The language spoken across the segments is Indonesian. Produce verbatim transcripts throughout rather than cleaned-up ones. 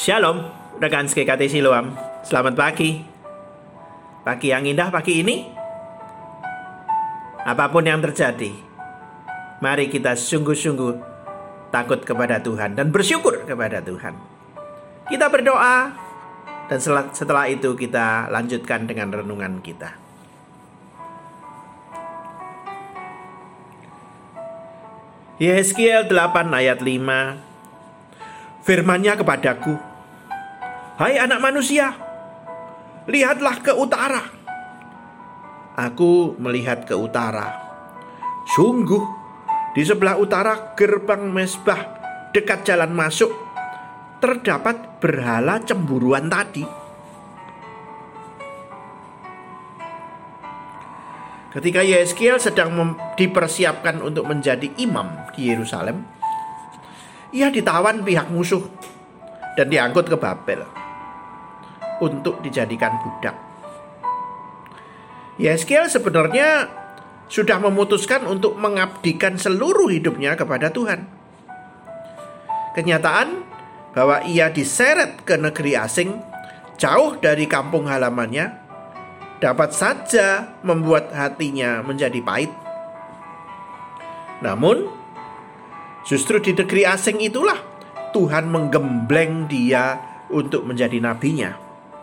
Shalom, rekan G K T Siloam. Selamat pagi. Pagi yang indah pagi ini. Apapun yang terjadi, mari kita sungguh-sungguh takut kepada Tuhan dan bersyukur kepada Tuhan. Kita berdoa dan setelah itu kita lanjutkan dengan renungan kita. Yehezkiel delapan ayat lima. Firman-Nya kepadaku, hai anak manusia, lihatlah ke utara. Aku melihat ke utara. Sungguh, di sebelah utara gerbang mezbah dekat jalan masuk terdapat berhala cemburuan tadi. Ketika Yehezkiel sedang mem- dipersiapkan untuk menjadi imam di Yerusalem, ia ditawan pihak musuh dan diangkut ke Babel untuk dijadikan budak. Yehezkiel sebenarnya sudah memutuskan untuk mengabdikan seluruh hidupnya kepada Tuhan. Kenyataan bahwa ia diseret ke negeri asing, jauh dari kampung halamannya, dapat saja membuat hatinya menjadi pahit. Namun, justru di negeri asing itulah Tuhan menggembleng dia untuk menjadi nabinya.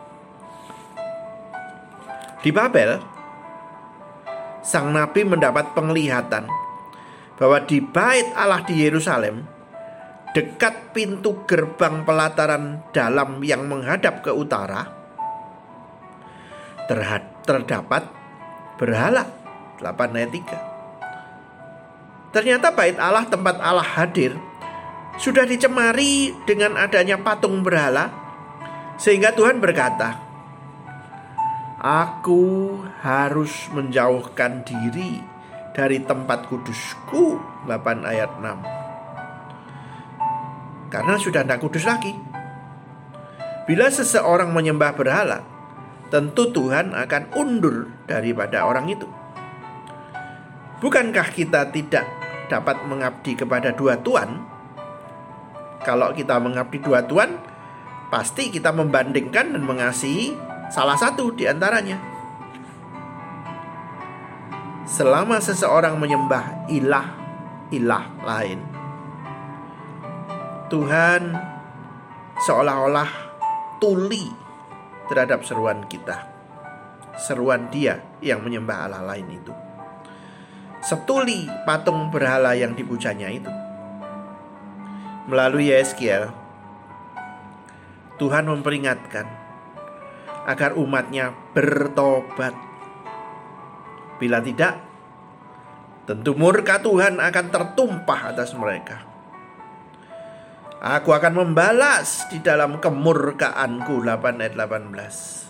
Di Babel, sang nabi mendapat penglihatan bahwa di bait Allah di Yerusalem, dekat pintu gerbang pelataran dalam yang menghadap ke utara, terdapat berhala. delapan ayat tiga. Ternyata bait Allah, tempat Allah hadir, sudah dicemari dengan adanya patung berhala, sehingga Tuhan berkata, aku harus menjauhkan diri dari tempat kudusku. delapan ayat enam. Karena sudah tidak kudus lagi. Bila seseorang menyembah berhala, tentu Tuhan akan undur daripada orang itu. Bukankah kita tidak dapat mengabdi kepada dua tuan? Kalau kita mengabdi dua tuan, pasti kita membandingkan dan mengasihi salah satu di antaranya. Selama seseorang menyembah ilah-ilah lain, Tuhan seolah-olah tuli terhadap seruan kita, seruan dia yang menyembah Allah lain itu. Setuli patung berhala yang dipujanya itu. Melalui Yehezkiel, Tuhan memperingatkan agar umatnya bertobat. Bila tidak, tentu murka Tuhan akan tertumpah atas mereka. Aku akan membalas di dalam kemurkaanku. delapan ayat delapan belas.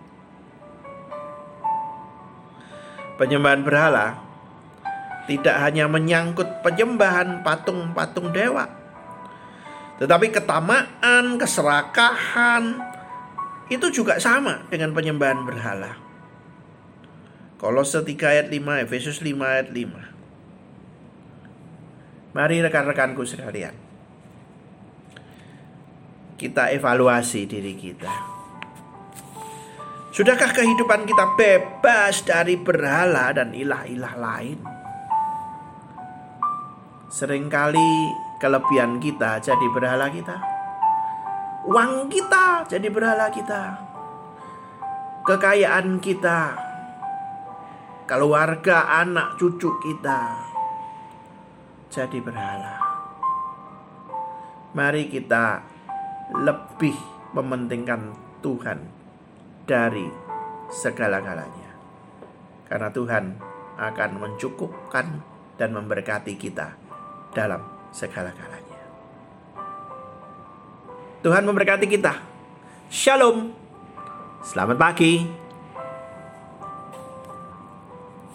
Penyembahan berhala tidak hanya menyangkut penyembahan patung-patung dewa, tetapi ketamaan, keserakahan itu juga sama dengan penyembahan berhala. Kolose tiga ayat lima, Efesus lima ayat lima. Mari rekan-rekanku sekalian, kita evaluasi diri kita. Sudahkah kehidupan kita bebas dari berhala dan ilah-ilah lain? Seringkali kelebihan kita jadi berhala kita, uang kita jadi berhala kita, kekayaan kita, keluarga, anak, cucu kita jadi berhala. Mari kita lebih mementingkan Tuhan dari segala-galanya, karena Tuhan akan mencukupkan dan memberkati kita dalam segala-galanya. Tuhan memberkati kita. Shalom. Selamat pagi.